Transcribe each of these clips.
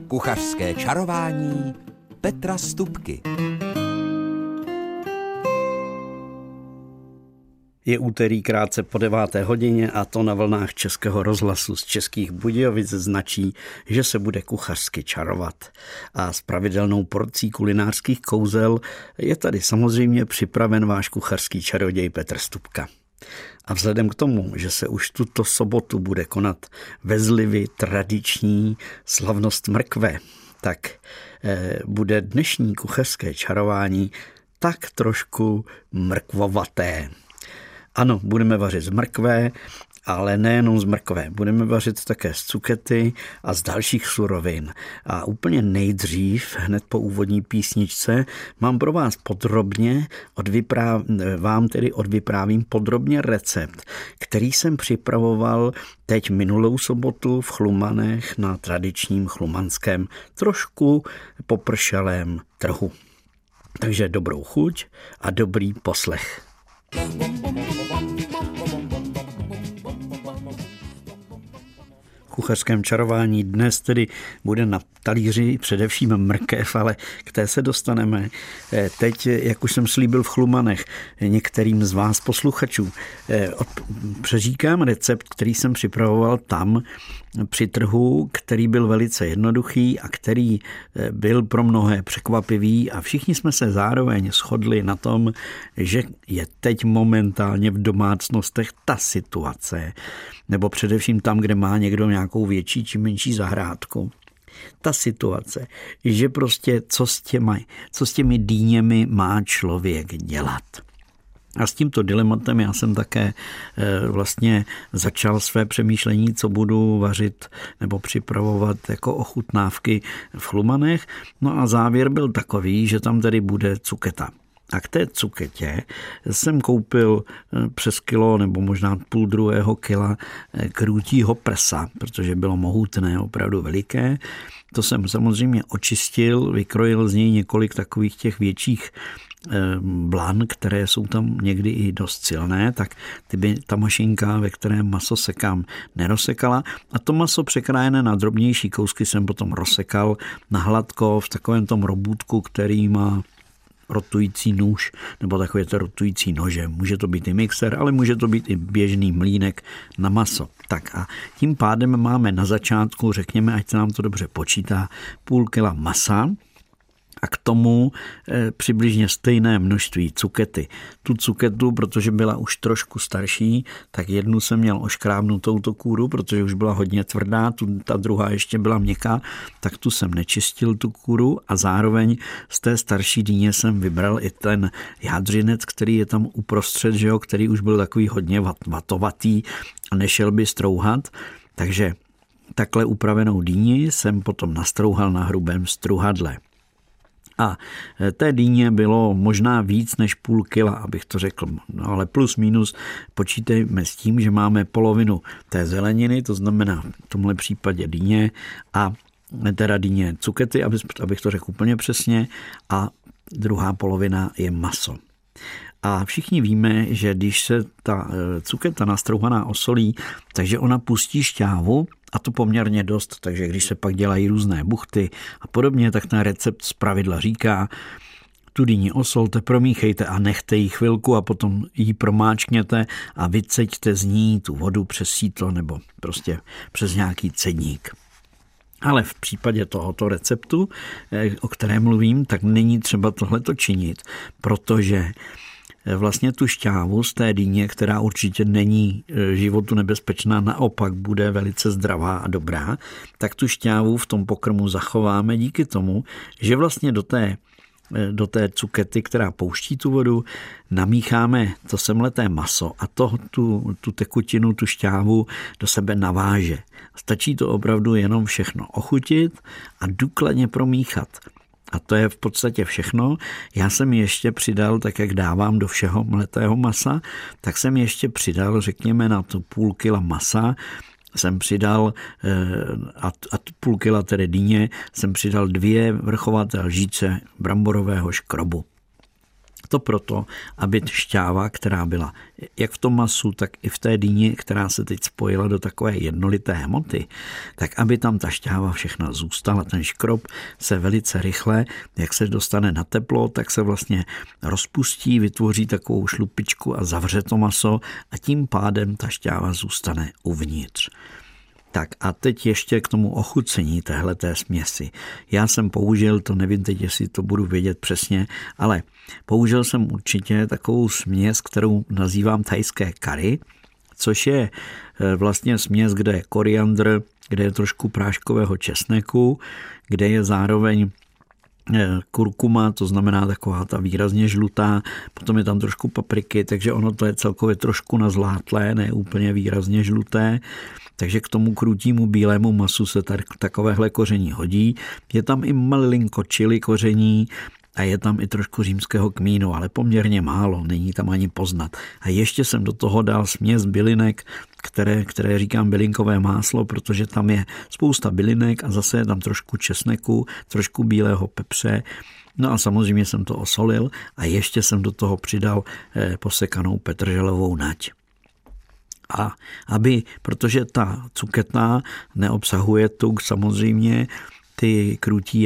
Kuchařské čarování Petra Stupky. Je úterý krátce po 9. hodině a to na vlnách Českého rozhlasu z Českých Budějovic značí, že se bude kuchařsky čarovat. A s pravidelnou porcí kulinářských kouzel je tady samozřejmě připraven váš kuchařský čaroděj Petr Stupka. A vzhledem k tomu, že se už tuto sobotu bude konat ve Zlivi tradiční slavnost mrkve, tak bude dnešní kuchařské čarování tak trošku mrkvovaté. Ano, budeme vařit z mrkve, ale nejenom z mrkve. Budeme vařit také z cukety a z dalších surovin. A úplně nejdřív, hned po úvodní písničce, mám pro vás odvyprávím podrobně recept, který jsem připravoval teď minulou sobotu v Chlumanech na tradičním chlumanském, trošku popršelém trhu. Takže dobrou chuť a dobrý poslech. V kuchařském čarování dnes tedy bude na talíři především mrkev, ale k té se dostaneme. Teď, jak už jsem slíbil v Chlumanech některým z vás posluchačů, přeříkám recept, který jsem připravoval tam při trhu, který byl velice jednoduchý a který byl pro mnohé překvapivý a všichni jsme se zároveň shodli na tom, že je teď momentálně v domácnostech ta situace, nebo především tam, kde má někdo nějakou větší či menší zahrádku. Ta situace, že prostě co s těmi dýněmi má člověk dělat. A s tímto dilematem já jsem také vlastně začal své přemýšlení, co budu vařit nebo připravovat jako ochutnávky v Chlumanech. No a závěr byl takový, že tam tedy bude cuketa. A k té cuketě jsem koupil přes kilo nebo možná půl druhého kila krůtího prsa, protože bylo mohutné, opravdu veliké. To jsem samozřejmě očistil, vykrojil z něj několik takových těch větších blan, které jsou tam někdy i dost silné, tak ty by ta mašinka, ve kterém maso sekám, nerozsekala. A to maso překrájené na drobnější kousky jsem potom rozsekal na hladko v takovém tom robůtku, který má rotující nůž, nebo takové to rotující nože. Může to být i mixer, ale může to být i běžný mlýnek na maso. Tak a tím pádem máme na začátku, řekněme, ať se nám to dobře počítá, půl kila masa a k tomu přibližně stejné množství cukety. Tu cuketu, protože byla už trošku starší, tak jednu jsem měl oškrábnutou tu kůru, protože už byla hodně tvrdá, ta druhá ještě byla měkká, tak tu jsem nečistil tu kůru a zároveň z té starší dýně jsem vybral i ten jádřinec, který je tam uprostřed, že jo, který už byl takový hodně vatovatý a nešel by strouhat, takže takhle upravenou dýni jsem potom nastrouhal na hrubém struhadle. A té dýně bylo možná víc než půl kila, abych to řekl, no, ale plus minus počítejme s tím, že máme polovinu té zeleniny, to znamená v tomhle případě dýně a teda dýně cukety, abych to řekl úplně přesně, a druhá polovina je maso. A všichni víme, že když se ta cuketa nastrouhaná osolí, takže ona pustí šťávu, a to poměrně dost, takže když se pak dělají různé buchty a podobně, tak ten recept zpravidla říká, tu dýni osolte, promíchejte a nechte ji chvilku a potom ji promáčkněte a vyceďte z ní tu vodu přes sítlo nebo prostě přes nějaký cedník. Ale v případě tohoto receptu, o kterém mluvím, tak není třeba tohleto činit, protože vlastně tu šťávu z té dýně, která určitě není životu nebezpečná, naopak bude velice zdravá a dobrá, tak tu šťávu v tom pokrmu zachováme díky tomu, že vlastně do té cukety, která pouští tu vodu, namícháme to semleté maso a tu tekutinu, tu šťávu do sebe naváže. Stačí to opravdu jenom všechno ochutit a důkladně promíchat. A to je v podstatě všechno. Já jsem ještě přidal, tak jak dávám do všeho mletého masa, tak jsem ještě přidal, řekněme, na tu půl kila masa, jsem přidal a půl kila tedy dýně, jsem přidal 2 vrchovaté lžíce bramborového škrobu. To proto, aby šťáva, která byla jak v tom masu, tak i v té dýni, která se teď spojila do takové jednolité hmoty, tak aby tam ta šťáva všechna zůstala. Ten škrob se velice rychle, jak se dostane na teplo, tak se vlastně rozpustí, vytvoří takovou šlupičku a zavře to maso a tím pádem ta šťáva zůstane uvnitř. Tak a teď ještě k tomu ochucení téhleté směsi. Já jsem použil, to nevím teď, jestli to budu vědět přesně, ale použil jsem určitě takovou směs, kterou nazývám thajské curry, což je vlastně směs, kde je koriandr, kde je trošku práškového česneku, kde je zároveň kurkuma, to znamená taková ta výrazně žlutá, potom je tam trošku papriky, takže ono to je celkově trošku nazlátlé, ne úplně výrazně žluté, takže k tomu krutímu bílému masu se takovéhle koření hodí. Je tam i malinko chili koření a je tam i trošku římského kmínu, ale poměrně málo, není tam ani poznat. A ještě jsem do toho dal směs bylinek, které říkám bylinkové máslo, protože tam je spousta bylinek a zase je tam trošku česneku, trošku bílého pepře. No a samozřejmě jsem to osolil a ještě jsem do toho přidal posekanou petrželovou nať. A protože ta cuketa neobsahuje tuk samozřejmě, ty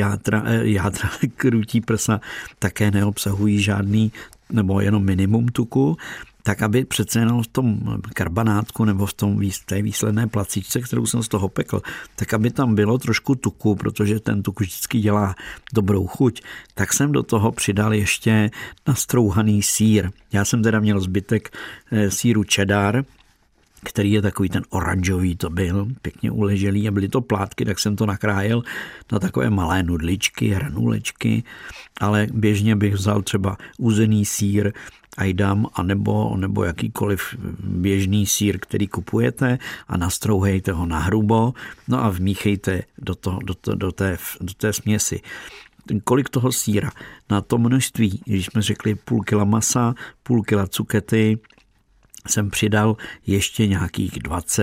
krutí prsa také neobsahují žádný nebo jenom minimum tuku, tak aby přece jenom v tom karbanátku nebo v té výsledné placičce, kterou jsem z toho pekl, tak aby tam bylo trošku tuku, protože ten tuk vždycky dělá dobrou chuť, tak jsem do toho přidal ještě nastrouhaný sýr. Já jsem teda měl zbytek sýru cheddar, který je takový ten oranžový, to byl pěkně uleželý a byly to plátky, tak jsem to nakrájel na takové malé nudličky, hranulečky, ale běžně bych vzal třeba uzený sýr ajdam anebo jakýkoliv běžný sýr, který kupujete a nastrouhejte ho nahrubo, no a vmíchejte do té směsi. Kolik toho sýra? Na to množství, když jsme řekli půl kila masa, půl kila cukety, jsem přidal ještě nějakých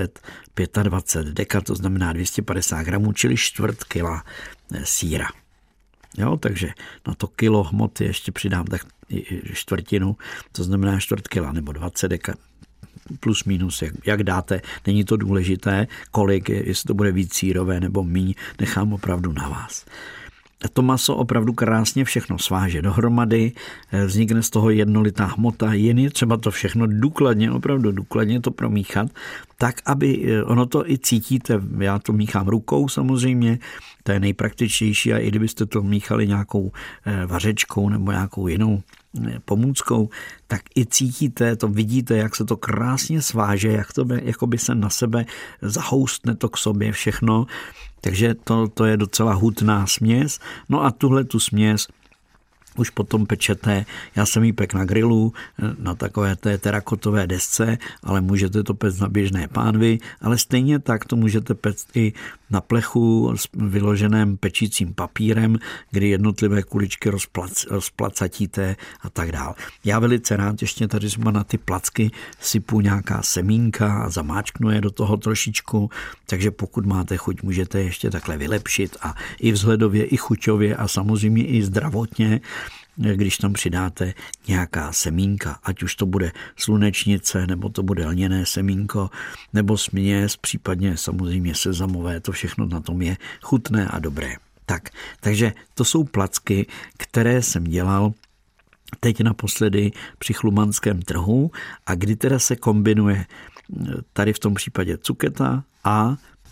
25 deka, to znamená 250 gramů, čili čtvrt kila sýra. Jo, takže na to kilo hmoty ještě přidám tak čtvrtinu, to znamená čtvrt kila nebo 20 deka, plus minus, jak dáte. Není to důležité, kolik, jestli to bude víc sýrové nebo míň, nechám opravdu na vás. A to maso opravdu krásně všechno sváže dohromady, vznikne z toho jednolitá hmota, jen je třeba to všechno opravdu důkladně to promíchat, tak, aby ono to i cítíte, já to míchám rukou samozřejmě, to je nejpraktičtější a i kdybyste to míchali nějakou vařečkou nebo nějakou jinou pomůckou, tak i cítíte, to vidíte, jak se to krásně sváže, jako by se na sebe zahoustne to k sobě všechno. Takže to je docela hutná směs. No a tuhle tu směs už potom pečete, já jsem ji pek na grilu, na takové té terakotové desce, ale můžete to pect na běžné pánvi, ale stejně tak to můžete pect i na plechu s vyloženém pečícím papírem, kdy jednotlivé kuličky rozplacatíte a tak dál. Já velice rád ještě tady na ty placky sypu nějaká semínka a zamáčknu je do toho trošičku, takže pokud máte chuť, můžete ještě takhle vylepšit a i vzhledově, i chuťově a samozřejmě i zdravotně, když tam přidáte nějaká semínka, ať už to bude slunečnice, nebo to bude lněné semínko, nebo směs, případně samozřejmě sezamové, to všechno na tom je chutné a dobré. Takže to jsou placky, které jsem dělal teď naposledy při chlumanském trhu a kdy teda se kombinuje tady v tom případě cuketa a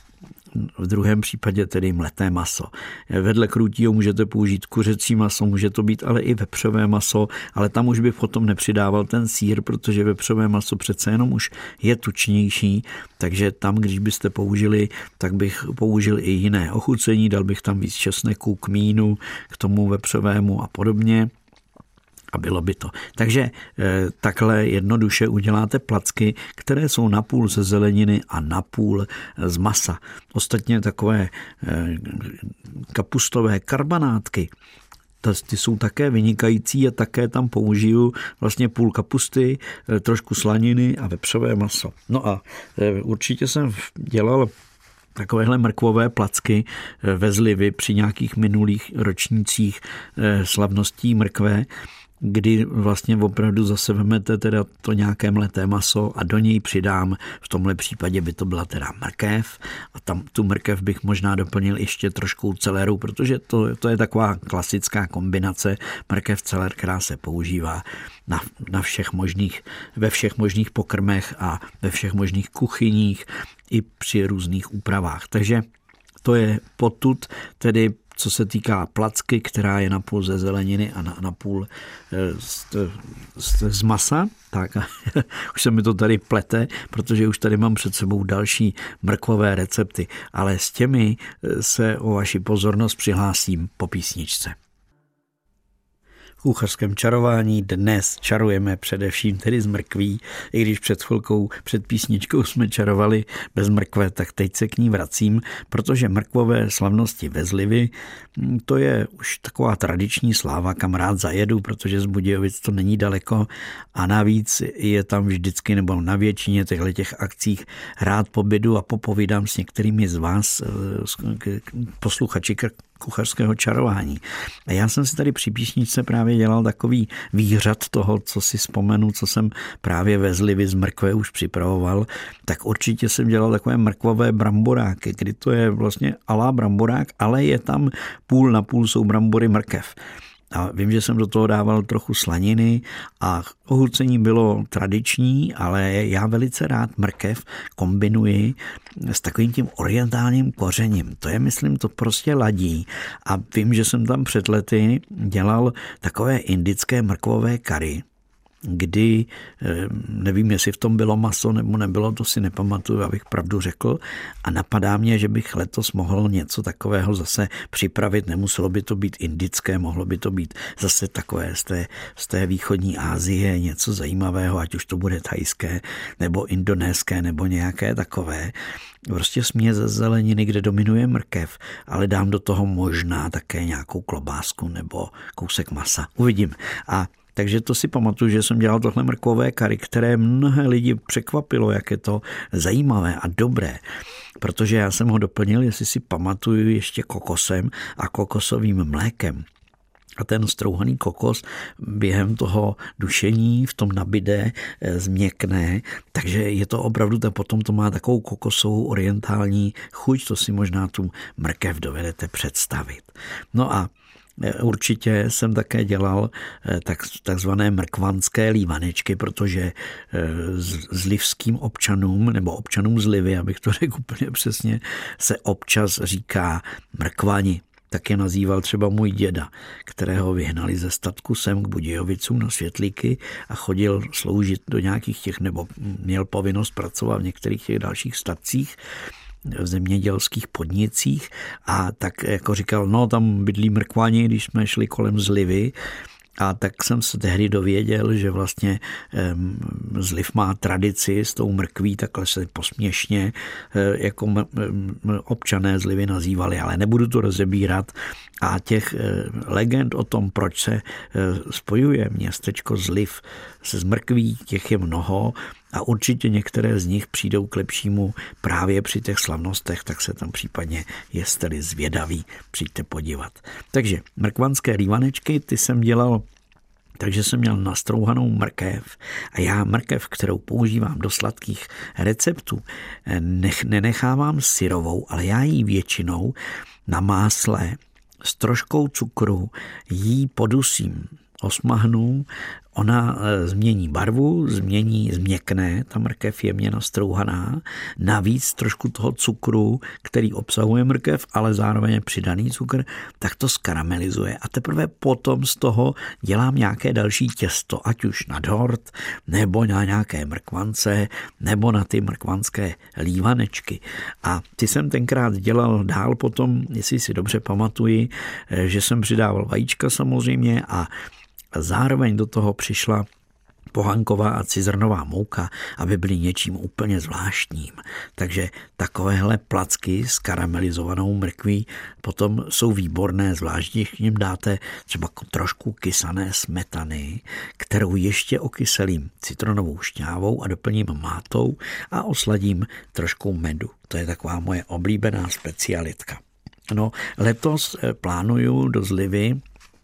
v druhém případě tedy mleté maso. Vedle krutího můžete použít kuřecí maso, může to být ale i vepřové maso, ale tam už bych potom nepřidával ten sýr, protože vepřové maso přece jenom už je tučnější, takže tam, když byste použili, tak bych použil i jiné ochucení, dal bych tam víc česneku, kmínu k tomu vepřovému a podobně. A bylo by to. Takže takhle jednoduše uděláte placky, které jsou napůl ze zeleniny a napůl z masa. Ostatně takové kapustové karbanátky, ty jsou také vynikající a také tam použiju vlastně půl kapusty, trošku slaniny a vepřové maso. No a určitě jsem dělal takovéhle mrkvové placky vezli vy při nějakých minulých ročnících slavností mrkve, kdy vlastně opravdu zase vemete teda to nějaké mleté maso a do něj přidám, v tomhle případě by to byla teda mrkev a tam tu mrkev bych možná doplnil ještě trošku celeru, protože to je taková klasická kombinace mrkev celer, která se používá ve všech možných pokrmech a ve všech možných kuchyních i při různých úpravách. Takže to je potud, tedy co se týká placky, která je napůl ze zeleniny a napůl z masa. Tak už se mi to tady plete, protože už tady mám před sebou další mrkvové recepty, ale s těmi se o vaši pozornost přihlásím po písničce. V kuchařském čarování dnes čarujeme především tedy z mrkví, i když před písničkou jsme čarovali bez mrkve, tak teď se k ní vracím, protože mrkvové slavnosti ve Zlivy, to je už taková tradiční sláva, kam rád zajedu, protože z Budějovic to není daleko a navíc je tam vždycky, nebo na většině těch akcích rád pobydu a popovídám s některými z vás, posluchači kuchařského čarování. A já jsem si tady při písničce právě dělal takový výřad toho, co si vzpomenu, co jsem právě ve Zlivy z mrkve už připravoval, tak určitě jsem dělal takové mrkvové bramboráky, kdy to je vlastně alá bramborák, ale je tam půl na půl jsou brambory mrkev. A vím, že jsem do toho dával trochu slaniny a ochucení bylo tradiční, ale já velice rád mrkev kombinuji s takovým tím orientálním kořením. To je, myslím, to prostě ladí. A vím, že jsem tam před lety dělal takové indické mrkvové kary, kdy, nevím, jestli v tom bylo maso nebo nebylo, to si nepamatuju, abych pravdu řekl. A napadá mě, že bych letos mohl něco takového zase připravit. Nemuselo by to být indické, mohlo by to být zase takové z té východní Asie, něco zajímavého, ať už to bude thajské nebo indonéské nebo nějaké takové. Prostě směs ze zeleniny, kde dominuje mrkev, ale dám do toho možná také nějakou klobásku nebo kousek masa. Uvidím. Takže to si pamatuju, že jsem dělal tohle mrkvové kary, které mnohé lidi překvapilo, jak je to zajímavé a dobré. Protože já jsem ho doplnil, jestli si pamatuju, ještě kokosem a kokosovým mlékem. A ten strouhaný kokos během toho dušení v tom nabide změkne, takže je to opravdu, potom to má takovou kokosovou orientální chuť, to si možná tu mrkev dovedete představit. No a určitě jsem také dělal takzvané mrkvanské lívanečky, protože zlivským občanům nebo občanům Zlivy, abych to řekl úplně přesně, se občas říká mrkvani. Tak je nazýval třeba můj děda, kterého vyhnali ze statku sem k Budějovicům na Světlíky a chodil sloužit do nějakých nebo měl povinnost pracovat v některých těch dalších statcích v zemědělských podnicích a tak jako říkal, no tam bydlí mrkvani, když jsme šli kolem Zlivy. A tak jsem se tehdy dověděl, že vlastně Zliv má tradici s tou mrkví, takhle se posměšně jako občané Zlivy nazývali, ale nebudu to rozebírat. A těch legend o tom, proč se spojuje městečko Zliv se mrkví, těch je mnoho a určitě některé z nich přijdou k lepšímu právě při těch slavnostech, tak se tam případně, jestli zvědaví, přijďte podívat. Takže mrkvanské lívanečky, ty jsem dělal, takže jsem měl nastrouhanou mrkev a já mrkev, kterou používám do sladkých receptů, nenechávám syrovou, ale já ji většinou na másle s troškou cukru jí podusím, osmahnu, ona změní barvu, změkne, ta mrkev jemně nastrouhaná, navíc trošku toho cukru, který obsahuje mrkev, ale zároveň je přidaný cukr, tak to skaramelizuje a teprve potom z toho dělám nějaké další těsto, ať už na dort, nebo na nějaké mrkvance, nebo na ty mrkvanské lívanečky. A ty jsem tenkrát dělal dál potom, jestli si dobře pamatuji, že jsem přidával vajíčka samozřejmě a zároveň do toho přišla pohanková a cizrnová mouka, aby byly něčím úplně zvláštním. Takže takovéhle placky s karamelizovanou mrkví potom jsou výborné, zvlášť když k nim dáte třeba trošku kysané smetany, kterou ještě okyselím citronovou šťávou a doplním mátou a osladím trošku medu. To je taková moje oblíbená specialitka. No, letos plánuju do Zlivy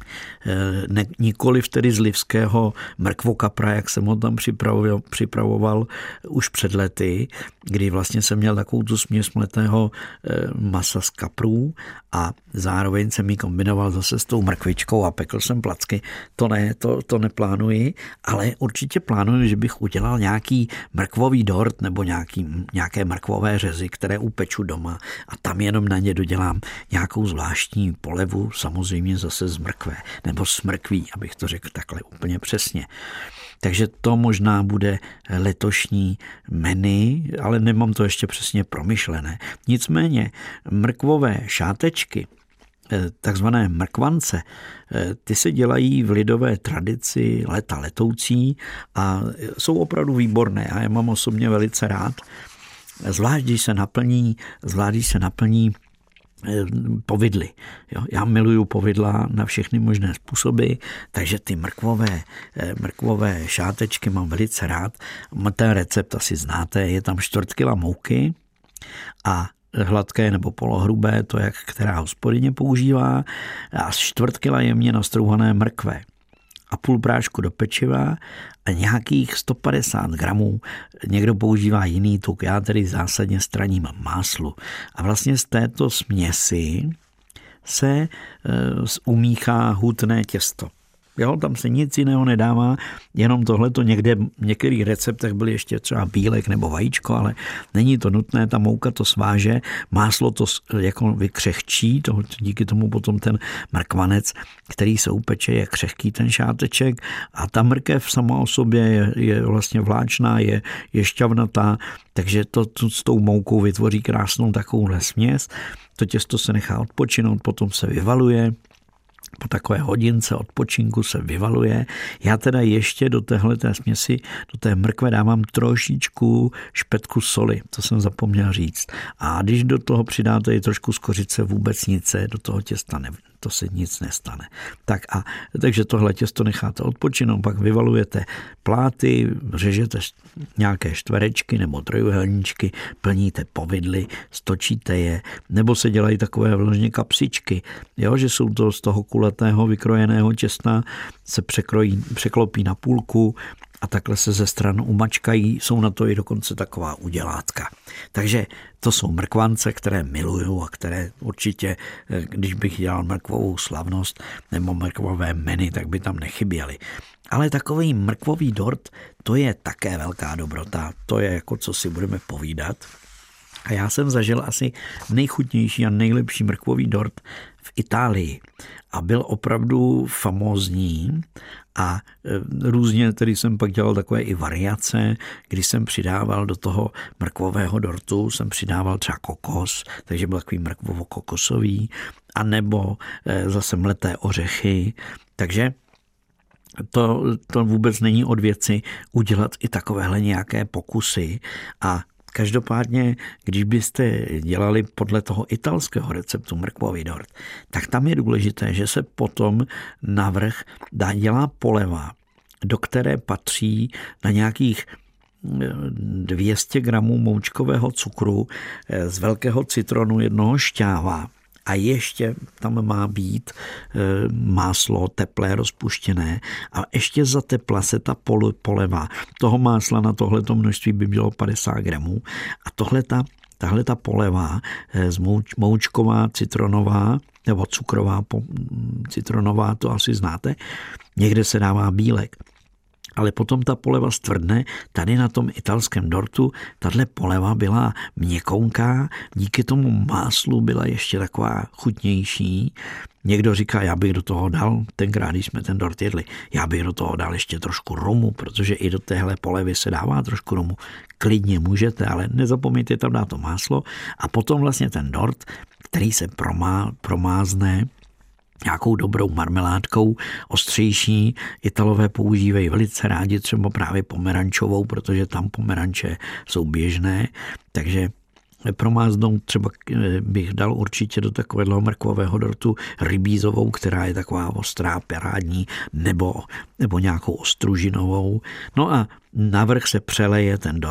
Nikoliv tedy z lvského mrkvokapra, jak jsem ho tam připravoval už před lety, kdy vlastně jsem měl takovou tu směs mletého masa z kaprů a zároveň jsem ji kombinoval zase s tou mrkvičkou a pekl jsem placky. To neplánuji, ale určitě plánuji, že bych udělal nějaký mrkvový dort nebo nějaké mrkvové řezy, které upeču doma a tam jenom na ně dodělám nějakou zvláštní polevu, samozřejmě zase z mrkve nebo s mrkví, abych to řekl takhle úplně přesně. Takže to možná bude letošní menu, ale nemám to ještě přesně promyšlené. Nicméně mrkvové šátečky, takzvané mrkvance, ty se dělají v lidové tradici leta letoucí a jsou opravdu výborné a já mám osobně velice rád. Zvlášť, když se naplní povidly. Jo, já miluju povidla na všechny možné způsoby, takže ty mrkvové šátečky mám velice rád. Ten recept asi znáte, je tam 4 kg mouky a hladké nebo polohrubé, to jak která hospodyně používá, a 4 kg jemně nastrouhané mrkve a půl prášku do pečiva a nějakých 150 gramů, někdo používá jiný tuk, já tedy zásadně straním máslu. A vlastně z této směsi se umíchá hutné těsto. Jo, tam se nic jiného nedává, jenom tohleto někde v některých receptech byl ještě třeba bílek nebo vajíčko, ale není to nutné, ta mouka to sváže, máslo to jako vykřehčí, díky tomu potom ten mrkvanec, který se upeče, je křehký ten šáteček a ta mrkev sama o sobě je vlastně vláčná, je šťavnatá, takže to s tou moukou vytvoří krásnou takovouhle směs. To těsto se nechá odpočinout, potom se vyvaluje. Po takové hodince odpočinku se vyvaluje. Já teda ještě do téhleté směsi, do té mrkve dávám trošičku špetku soli, to jsem zapomněl říct. A když do toho přidáte i trošku z kořice, vůbec nic se do toho těsta to se nic nestane. Takže tohle těsto necháte odpočinout, pak vyvalujete pláty, řežete nějaké čtverečky nebo trojúhelníčky, plníte povidly, stočíte je, nebo se dělají takové vložně kapsičky, jo, že jsou to z toho kulatého vykrojeného těsta, se překlopí na půlku a takhle se ze stran umačkají, jsou na to i dokonce taková udělátka. Takže to jsou mrkvance, které miluju a které určitě, když bych dělal mrkvovou slavnost nebo mrkvové menu, tak by tam nechyběly. Ale takový mrkvový dort, to je také velká dobrota, to je jako co si budeme povídat. A já jsem zažil asi nejchutnější a nejlepší mrkvový dort v Itálii. A byl opravdu famózní a různě tedy jsem pak dělal takové i variace, kdy jsem přidával do toho mrkvového dortu, jsem přidával třeba kokos, takže byl takový mrkvovo-kokosový, anebo zase mleté ořechy, takže to vůbec není od věci udělat i takovéhle nějaké pokusy a každopádně, když byste dělali podle toho italského receptu mrkvový dort, tak tam je důležité, že se potom navrch dělá poleva, do které patří na nějakých 200 gramů moučkového cukru, z velkého citronu jednoho šťáva. A ještě tam má být máslo teplé, rozpuštěné a ještě za tepla se ta poleva. Toho másla na tohleto množství by bylo 50 gramů a tahleta poleva moučková, citronová nebo cukrová, citronová, to asi znáte, někde se dává bílek. Ale potom ta poleva stvrdne, tady na tom italském dortu tahle poleva byla měkonká, díky tomu máslu byla ještě taková chutnější. Někdo říká, já bych do toho dal, tenkrát, když jsme ten dort jedli, já bych do toho dal ještě trošku rumu, protože i do téhle polevy se dává trošku rumu. Klidně můžete, ale nezapomeňte tam dát to máslo a potom vlastně ten dort, který se promázne nějakou dobrou marmeládkou, ostřejší. Italové používají velice rádi třeba právě pomerančovou, protože tam pomeranče jsou běžné, takže promáznou třeba bych dal určitě do takového mrkvového dortu rybízovou, která je taková ostrá, perádní, nebo nějakou ostružinovou. No a navrch se přeleje ten dort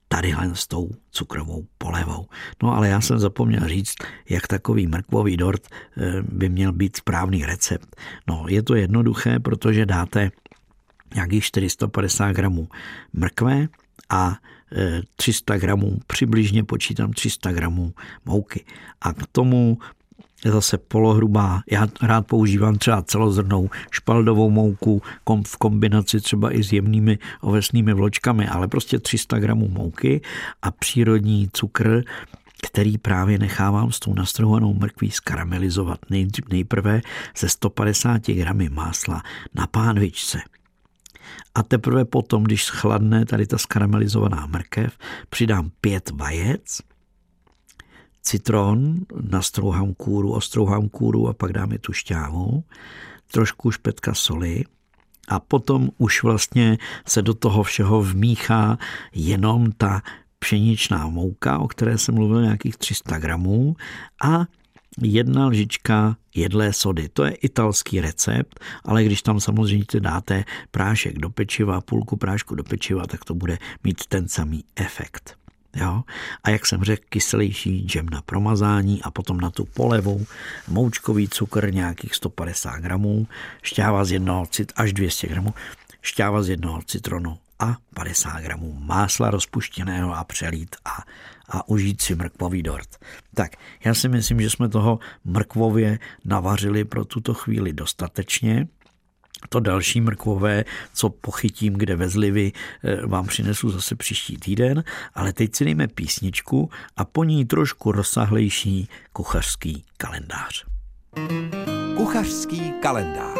tadyhle s tou cukrovou polevou. No ale já jsem zapomněl říct, jak takový mrkvový dort by měl být správný recept. No je to jednoduché, protože dáte nějakých 450 gramů mrkve a 300 gramů, přibližně počítám 300 gramů mouky. A k tomu je zase polohrubá, já rád používám třeba celozrnnou špaldovou mouku v kombinaci třeba i s jemnými ovesnými vločkami, ale prostě 300 gramů mouky a přírodní cukr, který právě nechávám s tou nastruhovanou mrkví skaramelizovat nejprve se 150 gramy másla na pánvičce. A teprve potom, když schladne tady ta skaramelizovaná mrkev, přidám 5 vajec, citron, ostrouhám kůru a pak dáme tu šťávu, trošku špetka soli a potom už vlastně se do toho všeho vmíchá jenom ta pšeničná mouka, o které jsem mluvil, nějakých 300 gramů a 1 lžička jedlé sody. To je italský recept, ale když tam samozřejmě dáte prášek do pečiva, půlku prášku do pečiva, tak to bude mít ten samý efekt. Jo? A jak jsem řekl, kyselější džem na promazání a potom na tu polevu moučkový cukr nějakých 150 gramů, šťáva z 1 až 200 gramů, šťáva z 1 citronu a 50 gramů másla rozpuštěného a přelít a užít si mrkvový dort. Tak, já si myslím, že jsme toho mrkvově navařili pro tuto chvíli dostatečně. To další mrkvové, co pochytím kde ve zlivy, vám přinesu zase příští týden, ale teď si dejme písničku a po ní trošku rozsáhlejší kuchařský kalendář. Kuchařský kalendář.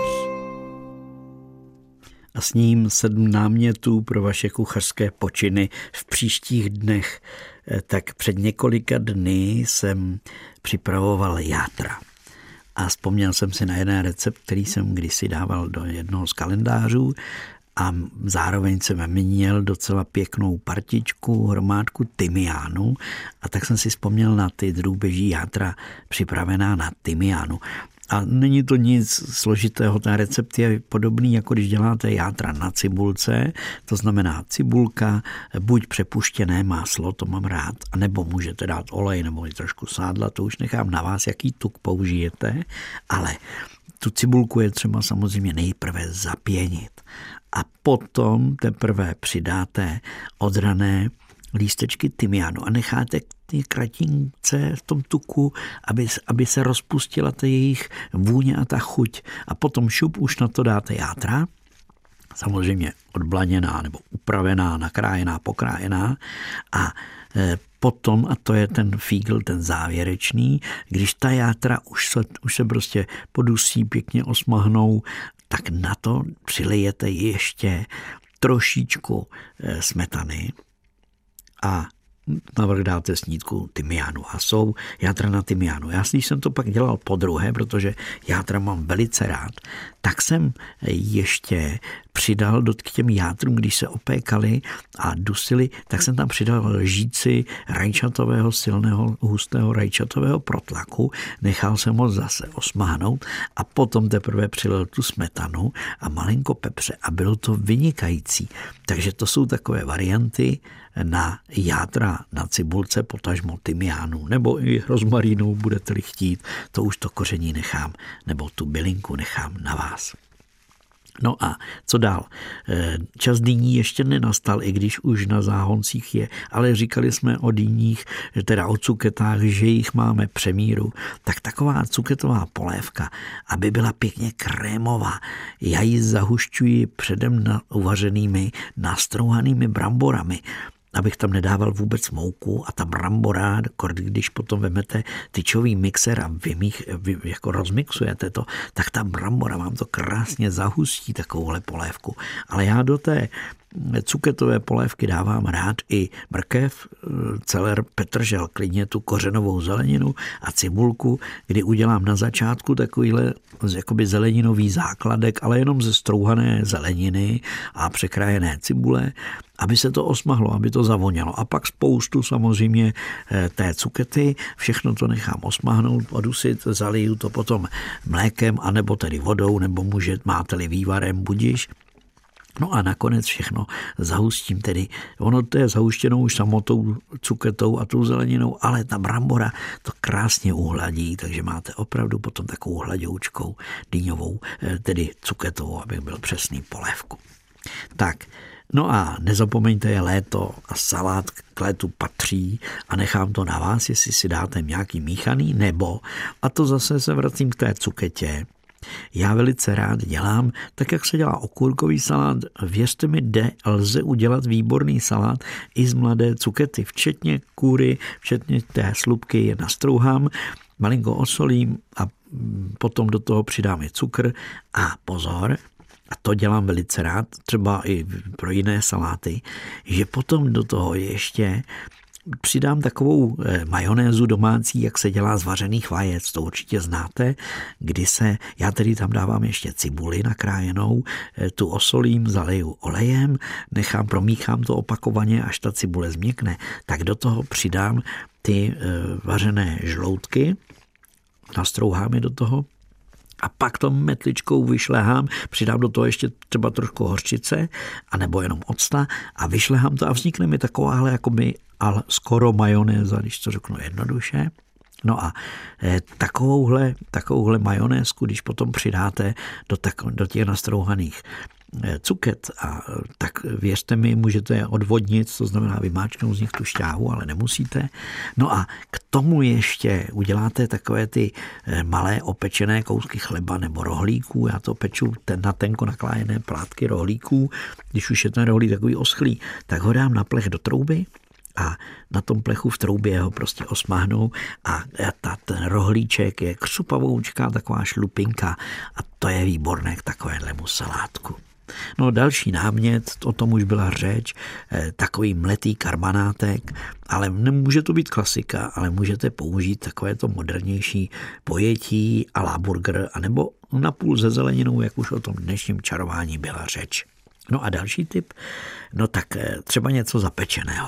A s ním 7 námětů pro vaše kuchařské počiny v příštích dnech. Tak před několika dny jsem připravoval játra. A vzpomněl jsem si na jeden recept, který jsem kdysi dával do jednoho z kalendářů a zároveň jsem měl docela pěknou partičku, hromádku tymiánu a tak jsem si vzpomněl na ty drůbeží játra připravená na tymiánu. A není to nic složitého, ten recept je podobný, jako když děláte játra na cibulce, to znamená cibulka, buď přepuštěné máslo, to mám rád, anebo můžete dát olej nebo i trošku sádla, to už nechám na vás, jaký tuk použijete, ale tu cibulku je třeba samozřejmě nejprve zapěnit a potom teprve přidáte odrané lístečky tymiánu a necháte ty kratince v tom tuku, aby se rozpustila ta jejich vůně a ta chuť. A potom šup už na to dáte játra, samozřejmě odblaněná nebo upravená, nakrájená, pokrájená a potom, a to je ten fígl, ten závěrečný, když ta játra už se prostě podusí, pěkně osmahnou, tak na to přilejete ještě trošičku smetany a navrch dáte snídku tymiánu a jsou játra na tymiánu. Já když jsem to pak dělal podruhé, protože játra mám velice rád, tak jsem ještě přidal k těm játrům, když se opékali a dusili, tak jsem tam přidal lžíci rajčatového silného, hustého rajčatového protlaku, nechal jsem ho zase osmáhnout a potom teprve přilil tu smetanu a malinko pepře a bylo to vynikající. Takže to jsou takové varianty na játra na cibulce, potažmo tymiánu, nebo i rozmarínu, budete-li chtít, to už to koření nechám, nebo tu bylinku nechám na vás. No a co dál? Čas dýní ještě nenastal, i když už na záhoncích je, ale říkali jsme o dýních, teda o cuketách, že jich máme přemíru. Tak taková cuketová polévka, aby byla pěkně krémová, já ji zahušťuji předem uvařenými nastrouhanými bramborami, abych tam nedával vůbec mouku a ta brambora, když potom vemete tyčový mixer a vy jako rozmixujete to, tak ta brambora vám to krásně zahustí takovouhle polévku. Ale já do té cuketové polévky dávám rád i mrkev, celer, petržel, klidně tu kořenovou zeleninu a cibulku, kdy udělám na začátku takovýhle jakoby zeleninový základek, ale jenom ze strouhané zeleniny a překrájené cibule, aby se to osmahlo, aby to zavonělo. A pak spoustu samozřejmě té cukety, všechno to nechám osmahnout, odusit, zaliju to potom mlékem, anebo tedy vodou, nebo máte-li vývarem, budiš. No a nakonec všechno zahustím tedy. Ono to je zahuštěnou už samotou cuketou a tou zeleninou, ale ta brambora to krásně uhladí, takže máte opravdu potom takovou hladoučkou dýňovou, tedy cuketovou, abych byl přesný, polévku. Tak, no a nezapomeňte, je léto a salát k létu patří a nechám to na vás, jestli si dáte nějaký míchaný nebo, a to zase se vracím k té cuketě. Já velice rád dělám, tak jak se dělá okurkový salát, věřte mi, lze udělat výborný salát i z mladé cukety, včetně kůry, včetně té slupky je nastrouhám, malinko osolím a potom do toho přidám i cukr a pozor, a to dělám velice rád, třeba i pro jiné saláty, že potom do toho ještě přidám takovou majonézu domácí, jak se dělá z vařených vajec, to určitě znáte, já tedy tam dávám ještě cibuli nakrájenou, tu osolím, zaleju olejem, promíchám to opakovaně, až ta cibule změkne, tak do toho přidám ty vařené žloutky, nastrouhám je do toho, a pak to metličkou vyšlehám, přidám do toho ještě třeba trošku hořčice, anebo jenom octa a vyšlehám to a vznikne mi takováhle jakoby ale skoro majonéza, když to řeknu jednoduše. No a takovouhle majonézku, když potom přidáte do těch nastrouhaných cuket, a tak věřte mi, můžete je odvodnit, to znamená vymáčknout z nich tu šťávu, ale nemusíte. No a k tomu ještě uděláte takové ty malé opečené kousky chleba nebo rohlíků. Já to peču na tenko naklájené plátky rohlíků. Když už je ten rohlík takový oschlý, tak ho dám na plech do trouby a na tom plechu v troubě ho prostě osmahnu a ten rohlíček je křupavoučká taková šlupinka a to je výborné k takovému salátku. No další námět, o tom už byla řeč, takový mletý karbanátek, ale nemůže to být klasika, ale můžete použít takové to modernější pojetí a la burger, anebo napůl se zeleninou, jak už o tom dnešním čarování byla řeč. No a další tip, no tak třeba něco zapečeného.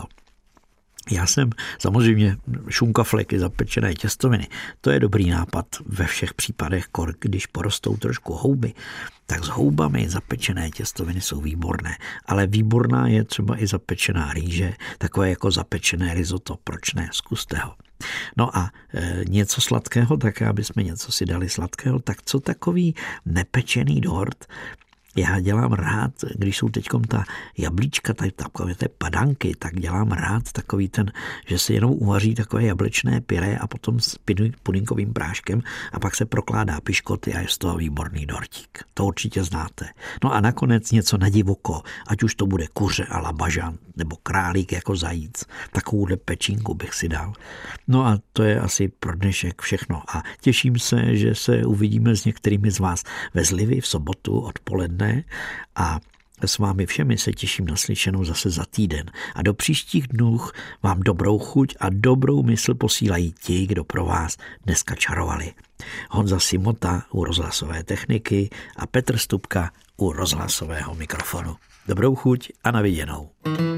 Já jsem samozřejmě šunkafleky, zapečené těstoviny. To je dobrý nápad ve všech případech, když porostou trošku houby. Tak s houbami zapečené těstoviny jsou výborné. Ale výborná je třeba i zapečená rýže, takové jako zapečené risotto. Proč ne? Zkuste ho. No a něco sladkého, tak aby jsme něco si dali sladkého, tak co takový nepečený dort. Já dělám rád, když jsou teďkom ta jablíčka, takové ty padanky, tak dělám rád takový že se jenom uvaří takové jablečné pyré a potom s pudinkovým práškem a pak se prokládá piškoty a je z toho výborný dortík. To určitě znáte. No a nakonec něco na divoko, ať už to bude kuře a la bažant, nebo králík jako zajíc. Takovouhle pečínku bych si dal. No a to je asi pro dnešek všechno. A těším se, že se uvidíme s některými z vás ve Zlivy v sobotu odpoledne a s vámi všemi se těším na slyšenou zase za týden. A do příštích dnů vám dobrou chuť a dobrou mysl posílají ti, kdo pro vás dneska čarovali. Honza Simota u rozhlasové techniky a Petr Stupka u rozhlasového mikrofonu. Dobrou chuť a na viděnou.